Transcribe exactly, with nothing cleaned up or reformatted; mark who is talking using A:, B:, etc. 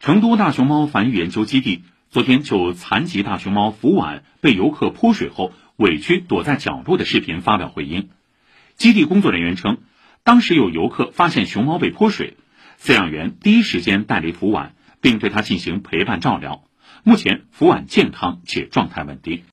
A: 成都大熊猫繁育研究基地昨天就残疾大熊猫福婉被游客泼水后委屈躲在角落的视频发表回应。基地工作人员称，当时有游客发现熊猫被泼水，饲养员第一时间带离福婉，并对它进行陪伴照料。目前福婉健康且状态稳定。